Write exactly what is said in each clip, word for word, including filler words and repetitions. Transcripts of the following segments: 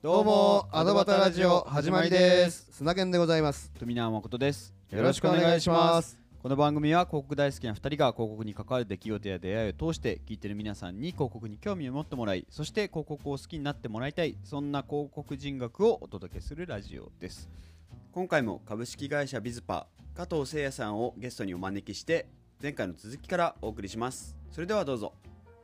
どうもアドバタラジオ始まりです。砂健でございます。 富永誠です。 よろしくお願いします。 この番組は広告大好きなふたりが広告に関わる出来事や出会いを通して聞いている皆さんに広告に興味を持ってもらい、そして広告を好きになってもらいたい、そんな広告人学をお届けするラジオです。今回も株式会社ビズパ加藤誠也さんをゲストにお招きして前回の続きからお送りします。それではどうぞ。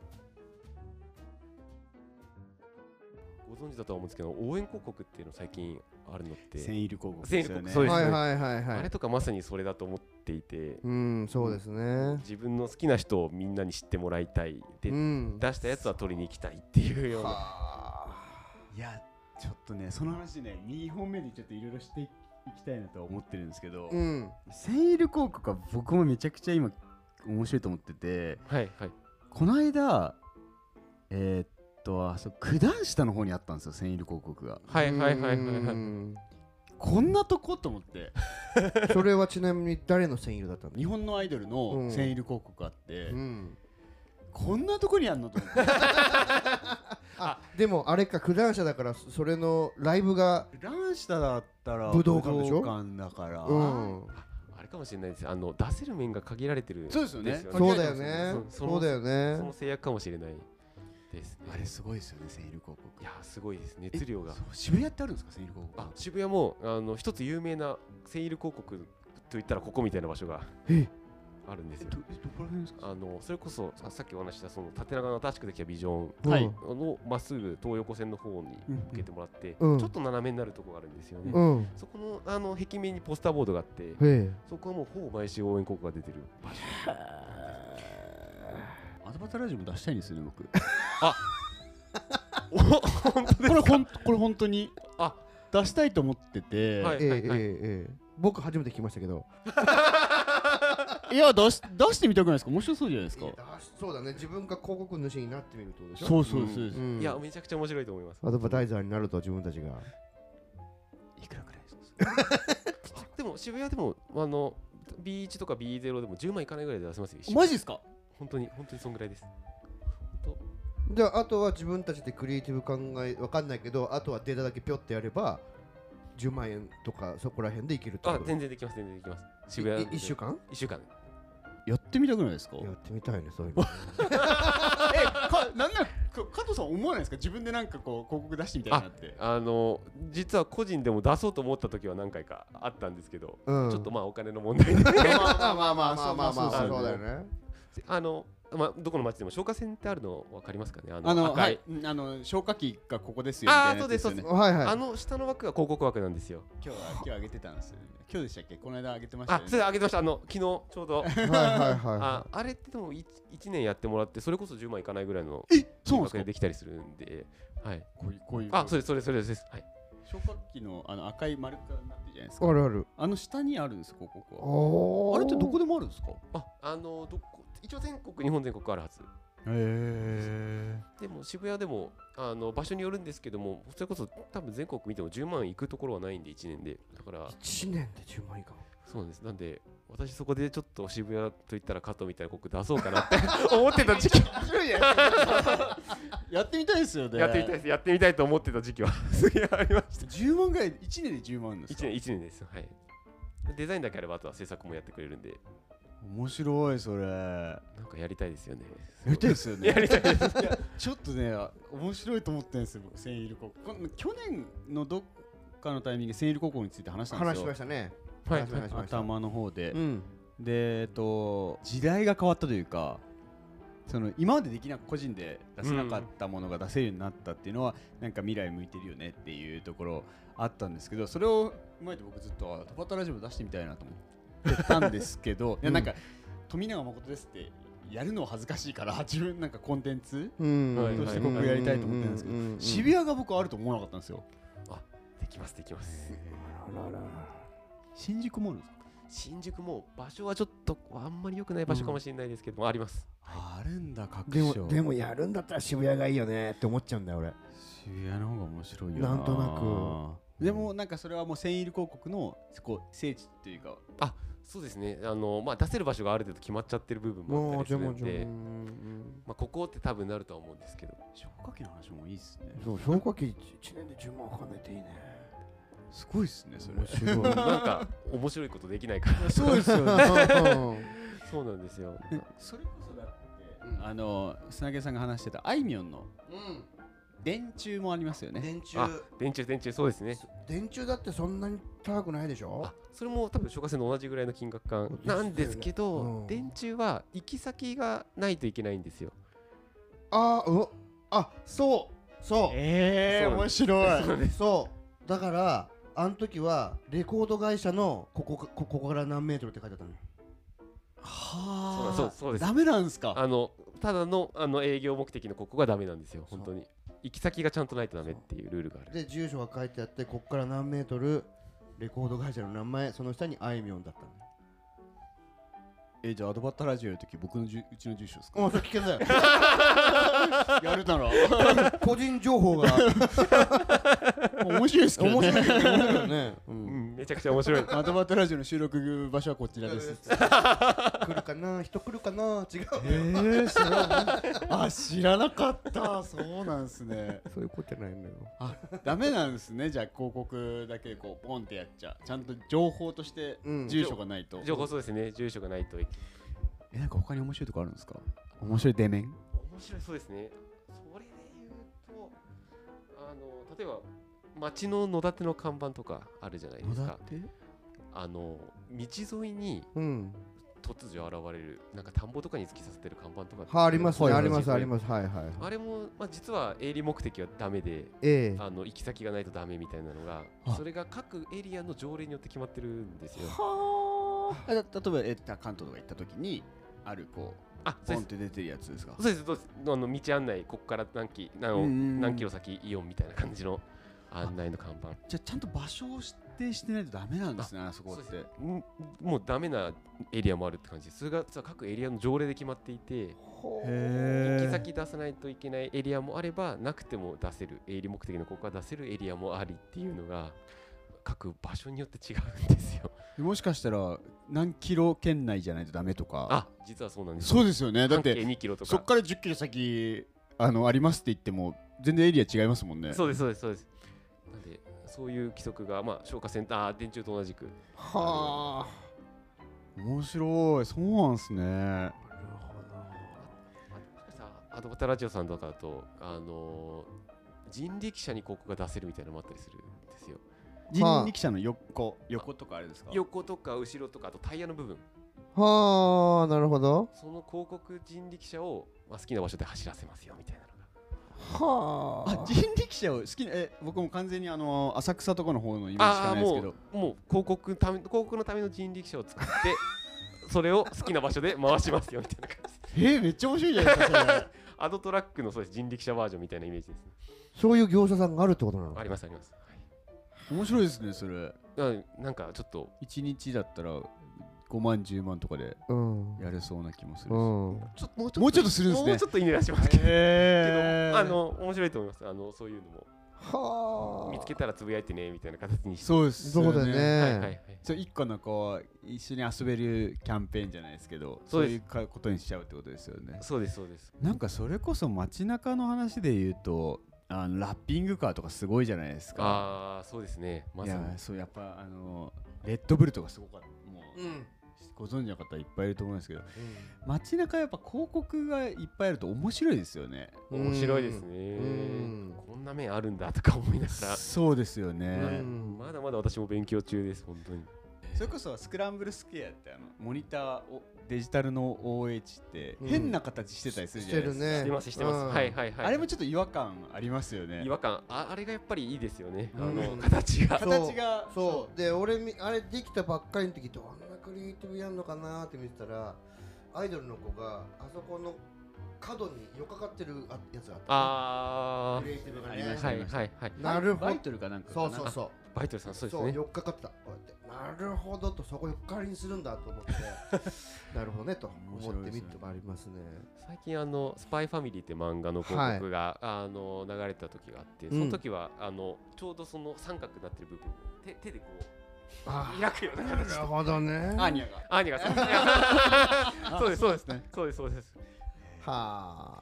ご存知だとは思うんですけど、応援広告っていうの最近あるのってセンイル広告ですよね。 そうですね、 はいはいはいはい。 あれとかまさにそれだと思っていて、 うん、そうですね。 自分の好きな人をみんなに知ってもらいたいで、うん、出したやつは取りに行きたいっていうような。 いやちょっとね、その話ねにほんめでちょっといろいろしていきたいなとは思ってるんですけど、うん、センイル広告は僕もめちゃくちゃ今面白いと思ってて、 はいはい、 この間えー、っとあそう九段下の方にあったんですよ、センイル広告が。 はいはいはいはいはい。 こんなとこと思ってそれはちなみに誰のセンイルだったの？ 日本のアイドルのセンイル広告あって、うん、こんなとこにあんのと思ってあ、でもあれか、九段下だからそれのライブが九段下だったら武道館でしょ？ 武道館だから、 うん、 あれかもしれないです。あの出せる面が限られてる。 そうですよね。 そうだよね。そうだよね。 その制約かもしれないですね。 あれすごいですよね、センイル広告。 いやすごいです。熱量が。 渋谷ってあるんですか、センイル広告？ あ、渋谷もあの一つ有名なセンイル広告といったらここみたいな場所があるんですよ。 どこら辺ですか？ あのそれこそさっきお話したその縦長の新しくできたビジョンのまっすぐ東横線の方に向けてもらって、うん、ちょっと斜めになるところがあるんですよね。うん、そこのあの壁面にポスターボードがあって、そこはもうほぼ毎週応援広告が出てる場所。 アドバタラジオも出したいんですよね、僕。 あ本当ですか？ これほんこれ本当にあ出したいと思ってて、 はいはいはい、えーえー、僕初めて聞きましたけどいや出し出してみたくないですか？面白そうじゃないですか。 そうだね、自分が広告主になってみるってことでしょ。 そうそうそう、うんうん、いやめちゃくちゃ面白いと思います。 アドバタイザーになると自分たちがいくらくらいですか？ でも渋谷でもあの ビーワン とか ビーゼロ でもじゅうまんいかないぐらいで出せますよ。 マジですか？ 本当に本当にそんぐらいです。 じゃああとは自分たちでクリエイティブ考えわかんないけど、あとはデータだけピョってやればじゅうまんえんとかそこら辺でいけるってこと？ あ、全然できます全然できます。渋谷いっしゅうかんいっしゅうかんやってみたくないですか？ やってみたいね、そういうのえかなんなら加藤さん思わないですか？自分でなんかこう広告出してみたいなって。 あ、あの実は個人でも出そうと思った時は何回かあったんですけど、うん、ちょっとまあお金の問題でまあまあまあまあまあまあまあそうだよね。 あのまあ、どこの町でも消火栓ってあるの分かりますかね？ あのあの、はい、あの消火器がここですよみたいなやつですよね。 ああ、そうですそうです、はいはい、あの下の枠が広告枠なんですよ。 今日は今日上げてたんですよね。今日でしたっけ？この間上げてましたよね。 あ、それ上げてました。あの昨日ちょうどはいはいはい、あ, あれってでも 1, いちねんやってもらってそれこそじゅうまんいかないぐらいの金額でできたりするんで、はい、 こういうこういうあ、それそれそれです。はい。 消火器のあの赤い丸くなってるじゃないですか。 あるある。 あの下にあるんです広告は。あれってどこでもあるんですか？ あ、あのどこ一応全国日本全国あるはず。 へー。 でも渋谷でもあの場所によるんですけども、それこそ多分全国見てもじゅうまんいくところはないんでいちねんで、だからいちねんでじゅうまんいかも。 そうなんです。なんで私そこでちょっと渋谷といったら加藤みたいな広告出そうかなって思ってた時期やってみたいですよね。 やってみたいです。やってみたいと思ってた時期はすげえありました。 じゅうまんぐらいいちねんでじゅうまんですか？いちねんいちねんです。はい。デザインだけあればあとは制作もやってくれるんで。 面白いそれ。 なんかやりたいですよね。 やりたいですよね。 やりたいです。 いやちょっとね面白いと思ってるんですよ。センイル広告。去年のどっかのタイミングでセンイル広告について話したんですよ。 話しましたね。 はい。頭の方で。うん、でえっと時代が変わったというか。その今までできな個人で出せなかったものが出せるようになったっていうのは、うん、なんか未来向いてるよねっていうところあったんですけど、それを前で僕ずっとトバタラジオ出してみたいなと思ってたんですけど、いやなんか富永誠ですってやるの恥ずかしいから自分なんかコンテンツとして僕やりたいと思ってるんですけど、渋谷が僕あると思わなかったんですよ。 あ、できますできます。 新宿もあるんですか？ 新宿も場所はちょっとあんまり良くない場所かもしれないですけども、うん、あります。 あるんだ。各所でもでもやるんだったら渋谷がいいよねって思っちゃうんだよ俺。 渋谷の方が面白いよな。 なんとなく。でもなんかそれはもうセンイル広告のこう聖地っていうか。 あ、そうですね。あのまあ出せる場所がある程度決まっちゃってる部分もあったりするので、まあここって多分なるとは思うんですけど。 消火器の話もいいですね。 そう消火器いちねんでじゅうまんかめていいね。 すごいですねそれ。 面白い。 なんか面白いことできないからそうですよね。 そうなんですよ。 それこそだってあの砂毛さんが話してたあいみょんの電柱もありますよね。 電柱。 電柱電柱そうですね。 電柱だってそんなに高くないでしょ。 あ、それも多分消火栓の同じぐらいの金額感なんですけど、うん、電柱は行き先がないといけないんですよ。 あー、うあ、そうそう。 えー、面白い。 そうそうだからあの時はレコード会社のここここから何メートルって書いてあったのよ。 はあ、 そうそうです。 ダメなんですか。 あのただのあの営業目的のここがダメなんですよ。本当に行き先がちゃんとないとダメっていうルールがある。 で住所が書いてあってここから何メートル、レコード会社の名前、その下にあいみょんだったの。 え、じゃあアドバッタラジオの時僕のじゅうちの住所ですか。 あ、それ危険だよ。 やるなら個人情報が面白いですけどね。 面白いよね。 うん、めちゃくちゃ面白い。 アドバッタラジオの収録場所はこちらです。 来るかな、人来るかな、違う。 えー、知らなあ、知らなかった。そうなんですね。 そういうことじゃないのよ。 あ、ダメなんですね。じゃあ広告だけこうポンってやっちゃう。ちゃんと情報として住所がないと。 うん、情報そうですね。住所がないと。 え、なんか他に面白いとこあるんですか。面白い出面。 面白いそうですね。それで言うと、あの例えば街の野立ての看板とかあるじゃないですか。あの道沿いに突如現れる、なんか田んぼとかに突き刺さってる看板とかありますね、ありますあります。はいはい。 あれも、まあ、実は営利目的はダメで、 ええ、 あの行き先がないとダメみたいなのが、それが各エリアの条例によって決まってるんですよ。 はあ。例えばえ関東とか行った時にあるこうあ、 ポンって出てるやつですか。 そうです、そうです。あの道案内、ここから何キ何何キロ先イオンみたいな感じの案内の看板。 じゃあちゃんと場所を指定してないとダメなんですね。あそこって。 もうダメなエリアもあるって感じです。それが各エリアの条例で決まっていて、 行き先出さないといけないエリアもあれば、なくても出せる、営利目的のここが出せるエリアもありっていうのが各場所によって違うんですよ。 もしかしたら何キロ圏内じゃないとダメとか。 あ、実はそうなんです。 そうですよね。だってにキロとかそっからじゅっキロ先あのありますって言っても全然エリア違いますもんね。 そうですそうですそうです。なんでそういう規則がまあ消火栓、あ、電柱と同じく。 はあ。面白い。そうなんですね。なるほど。アドバタラジオさんとかだとあのー、人力車に広告が出せるみたいなのもあったりするんですよ。 人力車の横、横とかあれですか。 横とか後ろとか、あとタイヤの部分。 はあ、なるほど。 その広告人力車を、まあ、好きな場所で走らせますよみたいなのが。 はあ。 あ、人力車を好きな、え、僕も完全にあの浅草とかの方のイメージしかないですけど。 もう、もう広告のため、広告のための人力車を作って、それを好きな場所で回しますよみたいな感じです。えー、めっちゃ面白いじゃないですか。それアドトラックのそうです人力車バージョンみたいなイメージですね。 そういう業者さんがあるってことなの？ ありますあります。 面白いですねそれ。 なんかちょっといちにちだったらごまんじゅうまんとかでやれそうな気もするし、うん、 ちょもうちょっともうちょっとするんですね。 もうちょっとイメージしますけど、 けどあの面白いと思います。あのそういうのもは見つけたらつぶやいてねみたいな形にして。 そうですそうだよね。 はいはいはい。 そう一個のこう一緒に遊べるキャンペーンじゃないですけど、そういうことにしちゃうってことですよね。 そうですそうです。 なんかそれこそ街中の話で言うと。あのラッピングカーとかすごいじゃないですか。 ああ、そうですね。 まさに。いや、そうやっぱあのレッドブルとかすごかった。もう、うん、ご存知の方いっぱいいると思うんですけど、うん、街中やっぱ広告がいっぱいあると面白いですよね。 面白いですね。うん、こんな面あるんだとか思いながら。 そうですよね。 うん、まだまだ私も勉強中です本当に。 それこそスクランブルスクエアってあのモニターをデジタルの オーエイチ って変な形してたりするじゃないですか。 してますしてます。はいはいはい。 あれもちょっと違和感ありますよね。 違和感、あ、あれがやっぱりいいですよね。あの形が形がそうで、俺あれできたばっかりの時どんなクリエイティブやんのかなって見てたら、アイドルの子があそこの角によっかかってるやつがあった。 ああ。 クリエイティブがね。 はいはいはい。 なるほど。バイトルかなんか。 そうそうそう。 バイトルさんそうですね。 そうよっかかってた。こうやってなるほどと、そこよっかりにするんだと思ってなるほどねと思ってみてもありますね。 最近あのスパイファミリーって漫画の広告が、はい、あの流れた時があって、その時は、うん、あのちょうどその三角になってる部分を手手でこう開くような形で。 なるほどね。 アーニャがアーニャがそうですそうですね。そうですそうです。 はあ。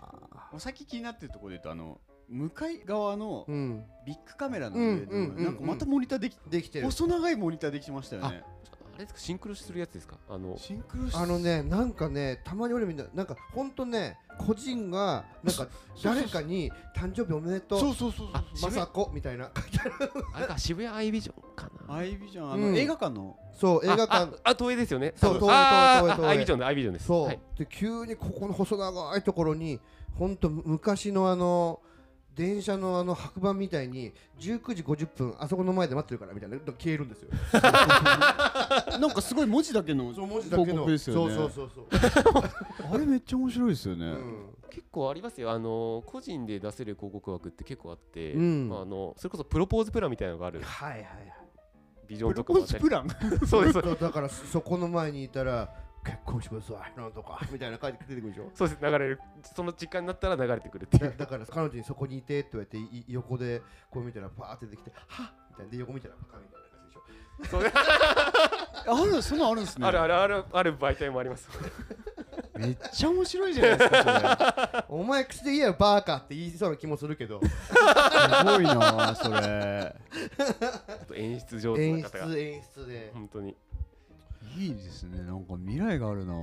さっき気になってるところで言うとあの向かい側のビッグカメラの上でなんかまたモニターできできてる細長いモニターできてましたよね。 あれですか、シンクロするやつですか？あのシンクロあのね、なんかね、たまに俺みんななんかほんとね、個人がなんか誰かに誕生日おめでとう、 そうそうそうまさこみたいな書いてある。 あれか、渋谷アイビジョンかな。 アイビジョン、あの映画館の、 そう映画館、 あ、東映ですよね。 そう東映東映東映アイビジョンでアイビジョンです。 そうで急にここの細長いところにほんと昔のあの電車のあの白板みたいにじゅうくじごじゅっぷんあそこの前で待ってるからみたいな消えるんですよ。 なんかすごい文字だけの文字だけのですよね。 そうそうそうそう。 あれめっちゃ面白いですよね。 結構ありますよ。あの個人で出せる広告枠って結構あって、 うん、 あのそれこそプロポーズプランみたいなのがある。 はいはいはい。 ビジョンとかもあったり。 プロポーズプラン。 そうです。 だからそこの前にいたら結婚してくださいなんとかみたいな書いて出てくるでしょ。 そうです。流れる。その時間になったら流れてくるっていう。 だ, だから彼女にそこにいてって言われて横でこう見たらパーって出てきてはっみたいなで横見たらパカみたいな感じでしょ。 それあるそんなあるんですね。 あるあるあるある媒体もあります。 めっちゃ面白いじゃないですかそれ。 お前口で言えよバーカって言いそうな気もするけど。 すごいなそれ。 演出上手な方が。 演出演出で。 本当に。 いいですね。なんか未来があるな。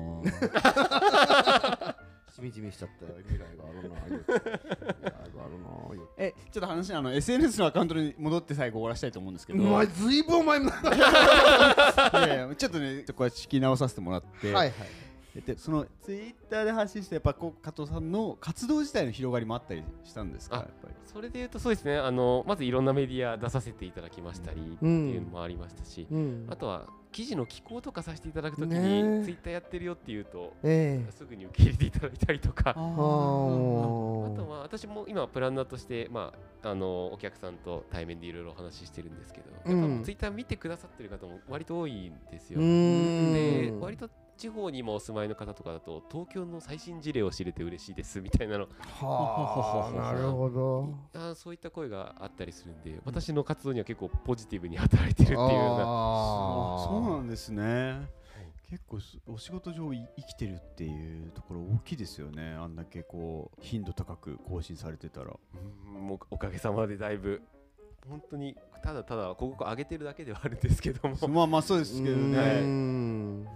しみじみしちゃったよ。未来があるな。未来があるな。 え、ちょっと話あの エスエヌエス のアカウントに戻って最後終わらせたいと思うんですけど。 お前ずいぶん前も。いやいやちょっとねこれ聞き直させてもらって。 はいはい。 でそのツイッターで発信してやっぱこう加藤さんの活動自体の広がりもあったりしたんですか？やっぱりそれでいうとそうですね、あのまずいろんなメディア出させていただきましたりっていうのもありましたし、うん、あとは記事の寄稿とかさせていただくときに、ね、ツイッターやってるよっていうと、えー、すぐに受け入れていただいたりとか、あ, あとは私も今プランナーとして、まあ、あのお客さんと対面でいろいろお話ししてるんですけど、うん、やっぱツイッター見てくださってる方も割と多いんですよ。で割と地方に今お住まいの方とかだと東京の最新事例を知れて嬉しいですみたいなのはあなるほどあそういった声があったりするんで、私の活動には結構ポジティブに働いてるっていうような。 そうなんですね、はい、結構お仕事上生きてるっていうところ大きいですよね。あんだけこう頻度高く更新されてたら、 うん、もうおかげさまでだいぶ本当にただただ広告上げてるだけではあるんですけどもまあまあそうですけどね。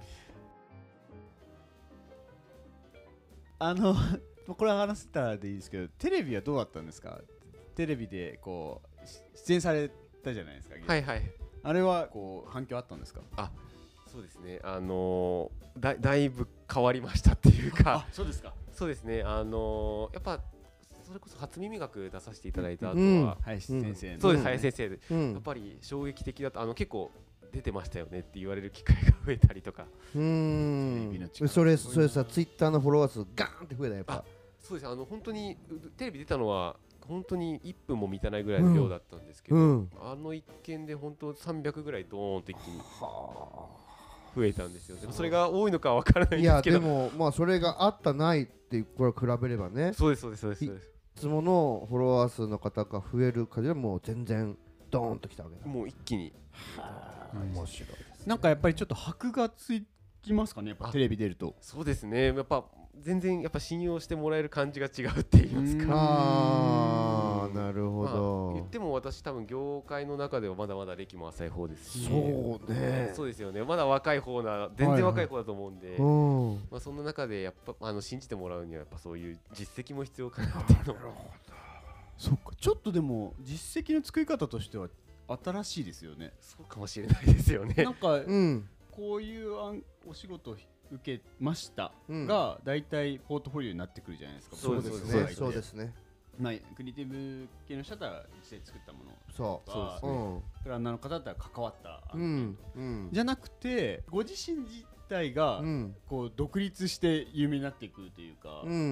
あのこれは話せたらでいいですけど、テレビはどうだったんですか？テレビでこう出演されたじゃないですか。 はいはい。あれはこう反響あったんですか？ あ、そうですね。あのー、だ, だいぶ変わりましたっていうか。 あ、そうですか。 そうですね。あのー、やっぱそれこそ初耳学出させていただいた後は、うん、 林先生、 うん、そうです林先生で、うん、やっぱり衝撃的だった。あの結構出てましたよねって言われる機会が増えたりとか。 うーんそれそれさツイッターのフォロワー数ガーンって増えたやっぱ。 そうです。あの本当にテレビ出たのは本当にいっぷんも満たないぐらいの量だったんですけど、うん、あの一件で本当さんびゃくぐらいドーンと一気に増えたんですよ。でもそれが多いのかは分からないんですけど。 いやでもまあそれがあったないってこれ比べればね。 そうですそうですそうです。いつものフォロワー数の方が増える数でも全然ドーンときたわけだ。 もう一気に。 面白いです、ね、 なんかやっぱりちょっと箔がつきますかね、やっぱテレビ出ると。 そうですね、やっぱ全然やっぱ信用してもらえる感じが違うって言いますか。 ああなるほど、 まあ、言っても私多分業界の中ではまだまだ歴も浅い方ですし、 そうねそうですよね、まだ若い方な全然若い方だと思うんで、はいはい、まあ、そんな中でやっぱあの信じてもらうにはやっぱそういう実績も必要かなっていうの。 なるほど。 そっか、ちょっとでも実績の作り方としては新しいですよね。 そうかもしれないですよね。 なんか、うん、こういうお仕事を受けましたが、だいたいポートフォリオになってくるじゃないですか。 そうですね。そうですね。 まあ、クリエイティブ系の人だったら実際作ったものとか、そうそうですね、 プランナーの方だったら関わったうんうん、 じゃなくて、ご自身自体が、うん、こう独立して有名になっていくというか、 うんうん、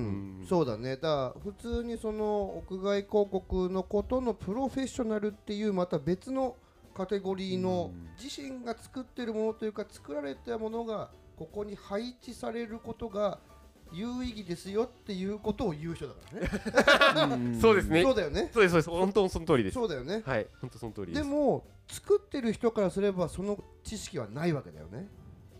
そうだね。だから普通にその屋外広告のことのプロフェッショナルっていうまた別のカテゴリーの自身が作ってるものというか作られたものがここに配置されることが有意義ですよっていうことを言う人だからね。 うん、そうですね。 そうだよね。 そうですそうです。本当にその通りです。 そうだよね。 はい。本当その通りです。 でも作ってる人からすればその知識はないわけだよね。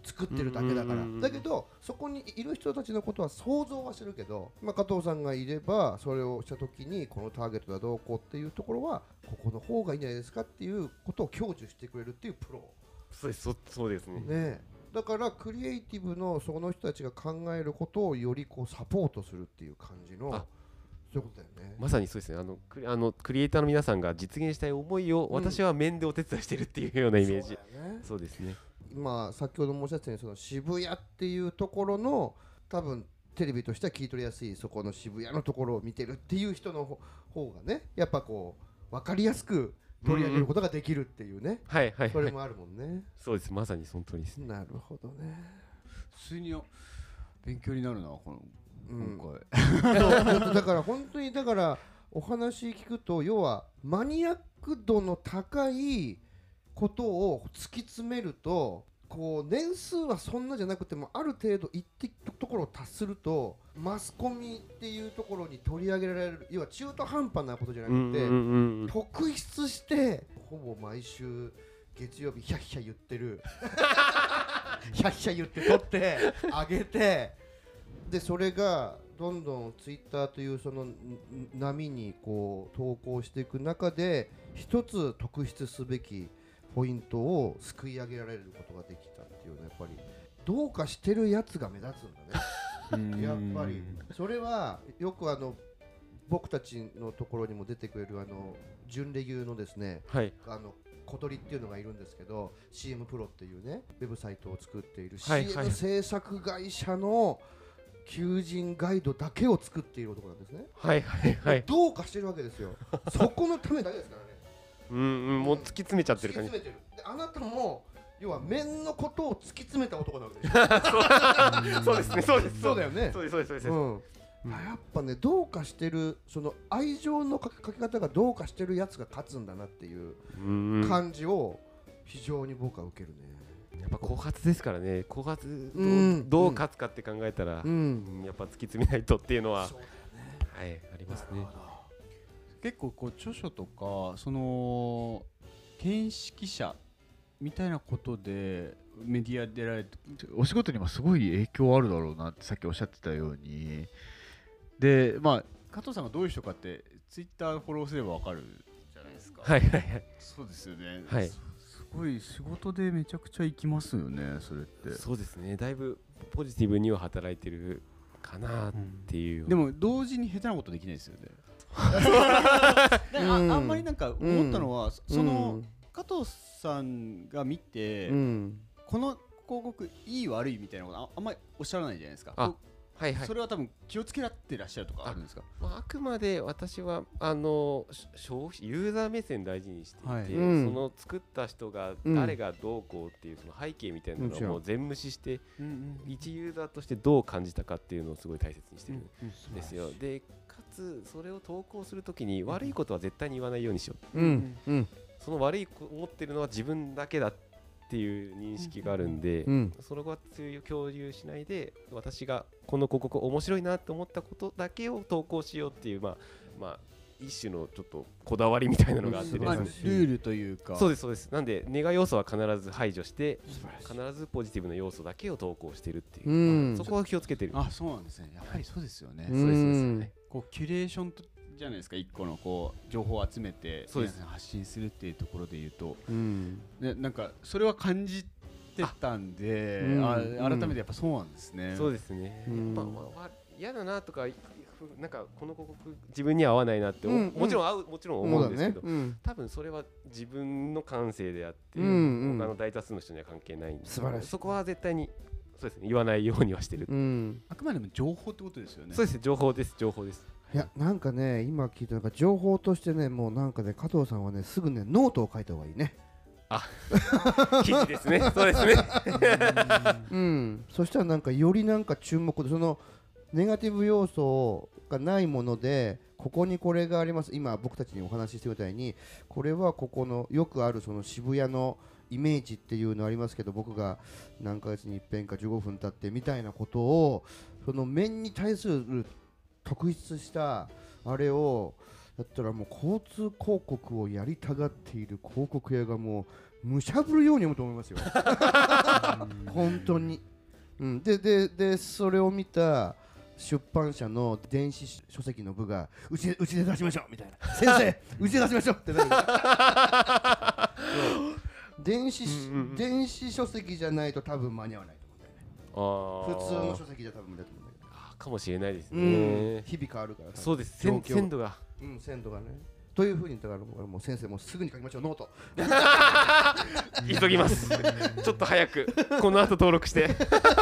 作ってるだけだから。だけどそこにいる人たちのことは想像はしてるけど、まあ、加藤さんがいればそれをした時にこのターゲットがどうこうっていうところはここの方がいいんじゃないですかっていうことを享受してくれるっていうプロ。 そうです、そそうですね。 ね、だからクリエイティブのその人たちが考えることをよりこうサポートするっていう感じの、そういうことだよね。 まさにそうですね。あのクリあのクリエイターの皆さんが実現したい思いを、うん、私は面でお手伝いしてるっていうようなイメージ。そうだよね。そうですね。 今先ほど申し上げたようにその渋谷っていうところの多分テレビとしては聞き取りやすいそこの渋谷のところを見てるっていう人の方がね、やっぱこう分かりやすく取り上げることができるっていうね、 はいはいはい、 それもあるもんね。 そうです、まさにその通りです。 なるほどね。 普通に勉強になるなこの、うん、今回だから本当にだからお話聞くと要はマニアック度の高いことを突き詰めるとこう年数はそんなじゃなくてもある程度一定ところを達するとマスコミっていうところに取り上げられる、要は中途半端なことじゃなくて、うんうんうん、特筆してほぼ毎週月曜日ヒャッヒャ言ってるヒャッヒャ言って撮ってあげて、でそれがどんどんツイッターというその波にこう投稿していく中で一つ特筆すべきポイントをすくい上げられることができたっていうのはやっぱりどうかしてるやつが目立つんだねやっぱりそれはよくあの僕たちのところにも出てくれるあの準レギュのですね、はい、あの小鳥っていうのがいるんですけど シーエム プロっていうねウェブサイトを作っている シーエム 制作会社の求人ガイドだけを作っている男なんですね。 はいはいはい。 どうかしてるわけですよそこのためだけですからね。 うんうん、もう突き詰めちゃってる感じ。 突き詰めてる。であなたも要は面のことを突き詰めた男なわけでしょそうですね、そうです、 そうだよね。 そうですそうですそうです、 うんうん、やっぱねどうかしてるその愛情のかけ方がどうかしてるやつが勝つんだなっていう感じを非常に僕は受けるね。 やっぱ後発ですからね。後発 ど,、うん、どう勝つかって考えたら、うん、やっぱ突き詰めないとっていうのはそうだよね、はい、ありますね。 結構こう著書とかその見識者みたいなことでメディアでられてお仕事にもすごい影響あるだろうなってさっきおっしゃってたように、でまあ加藤さんがどういう人かってツイッターフォローすればわかるじゃないですか。 はいはいはい。 そうですよね。 はい。 すごい仕事でめちゃくちゃ行きますよねそれって。 そうですね。だいぶポジティブには働いてるかなっていう、うん、 でも同時に下手なことできないですよねあ, あんまりなんか思ったのは、うん、その加藤さんが見て、うん、この広告いい悪いみたいなこと あ, あんまりおっしゃらないじゃないですか。あ、はいはい、それは多分気をつけられてらっしゃるとかあるんですか。 あ,、まあ、あくまで私はあの消費ユーザー目線大事にしていて、はい、うん、その作った人が誰がどうこうっていうその背景みたいなのをもう全無視して、うん、一ユーザーとしてどう感じたかっていうのをすごい大切にしてるんですよ、うんうん、でかつそれを投稿するときに悪いことは絶対に言わないようにしよう、うんうん、その悪い思ってるのは自分だけだっていう認識があるんで、うん、それは共有しないで私がこの広告面白いなと思ったことだけを投稿しようっていう、まあまあ、一種のちょっとこだわりみたいなのがあってですね、まあ、ルールというか。 そうですそうです。なんでネガ要素は必ず排除して必ずポジティブな要素だけを投稿してるっていう、うん、まあ、そこは気をつけてる。 あ、そうなんですね。やっぱりそうですよね。そうですそうですね。こうキュレーションとじゃないですか、一個のこう情報を集めて皆さん発信するっていうところでいうと、うん、でなんかそれは感じてたんで、うん、あ改めてやっぱそうなんですね。 そうですね、うん、やっぱ、まあ、嫌だなとかなんかこの広告自分には合わないなって、うん、もちろん合うもちろん思うんですけど、ね、うん、多分それは自分の感性であって、うんうん、他の大多数の人には関係ないんで、素晴らしい。そこは絶対にそうですね、言わないようにはしてる、うん、 あくまでも情報ってことですよね。 そうです、情報です情報です。 いやなんかね今聞いたなんか情報としてねもうなんかね加藤さんはねすぐねノートを書いた方がいいね。 あ記事ですねそうですねうん、そしたらなんかよりなんか注目でそのネガティブ要素がないものでここにこれがあります。今僕たちにお話ししてみたいにこれはここのよくあるその渋谷のイメージっていうのありますけど僕が何ヶ月に一遍かじゅうごふん経ってみたいなことをその面に対する特筆したあれをだったらもう交通広告をやりたがっている広告屋がもうむしゃぶるように読むと思いますよ本当に、うん、でででそれを見た出版社の電子書籍の部がうちでうちで出しましょうみたいな先生うちで出しましょうってなる電子、うんうん、電子書籍じゃないと多分間に合わないと思うんだよね。普通の書籍じゃ多分無理だと思うんだけどかもしれないですね、 うん、日々変わるから。 そうです、鮮度が、 うん、鮮度がねというふうにだからもう先生もすぐに書きましょうノート急ぎますちょっと早くこの後登録して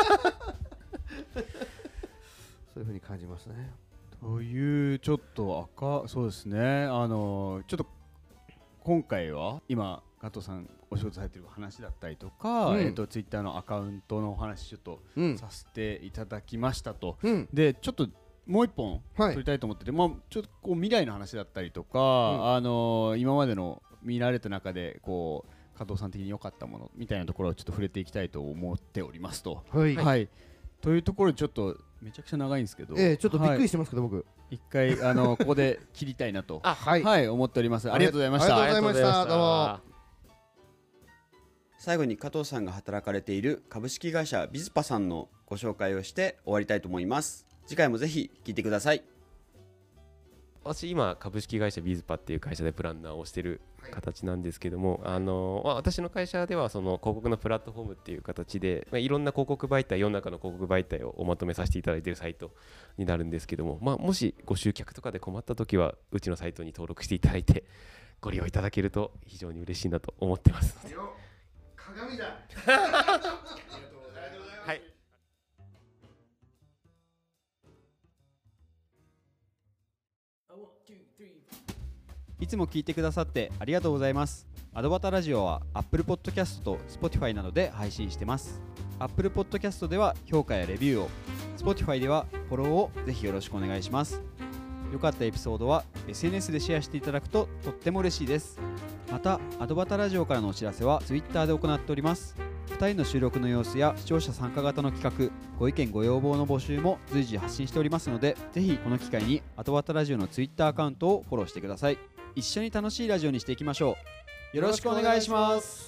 そういうふうに感じますね。 というちょっと赤そうですねあのちょっと今回は今加藤さんお仕事されている話だったりとか、うんえー、とツイッターのアカウントのお話ちょっとさせていただきましたと、うん、でちょっともう一本撮りたいと思ってて、はいまあ、ちょっとこう未来の話だったりとか、うんあのー、今までの見られた中でこう加藤さん的に良かったものみたいなところをちょっと触れていきたいと思っておりますと、はいはい、というところでちょっとめちゃくちゃ長いんですけど、 えー、ちょっとびっくりしてますけど、はい、僕一回あのここで切りたいなとはい、はい、思っております。ありがとうございました。 ありがとうございました。どうも。 最後に加藤さんが働かれている株式会社ビズパさんのご紹介をして終わりたいと思います。次回もぜひ聞いてください。 私今株式会社ビズパっていう会社でプランナーをしている形なんですけども、あの私の会社ではその広告のプラットフォームっていう形で、まあ、いろんな広告媒体世の中の広告媒体をおまとめさせていただいているサイトになるんですけども、まあ、もしご集客とかで困った時はうちのサイトに登録していただいてご利用いただけると非常に嬉しいなと思ってますので鏡だはい、 いつも聞いてくださってありがとうございます。アドバタラジオは Apple Podcast と Spotify などで配信してます。Apple Podcast では評価やレビューを、Spotify ではフォローをぜひよろしくお願いします。良かったエピソードは エスエヌエス でシェアしていただくととっても嬉しいです。またアドバタラジオからのお知らせは Twitter で行っております。ふたりの収録の様子や視聴者参加型の企画、ご意見ご要望の募集も随時発信しておりますので、ぜひこの機会にアドバタラジオの Twitter アカウントをフォローしてください。一緒に楽しいラジオにしていきましょう。よろしくお願いします。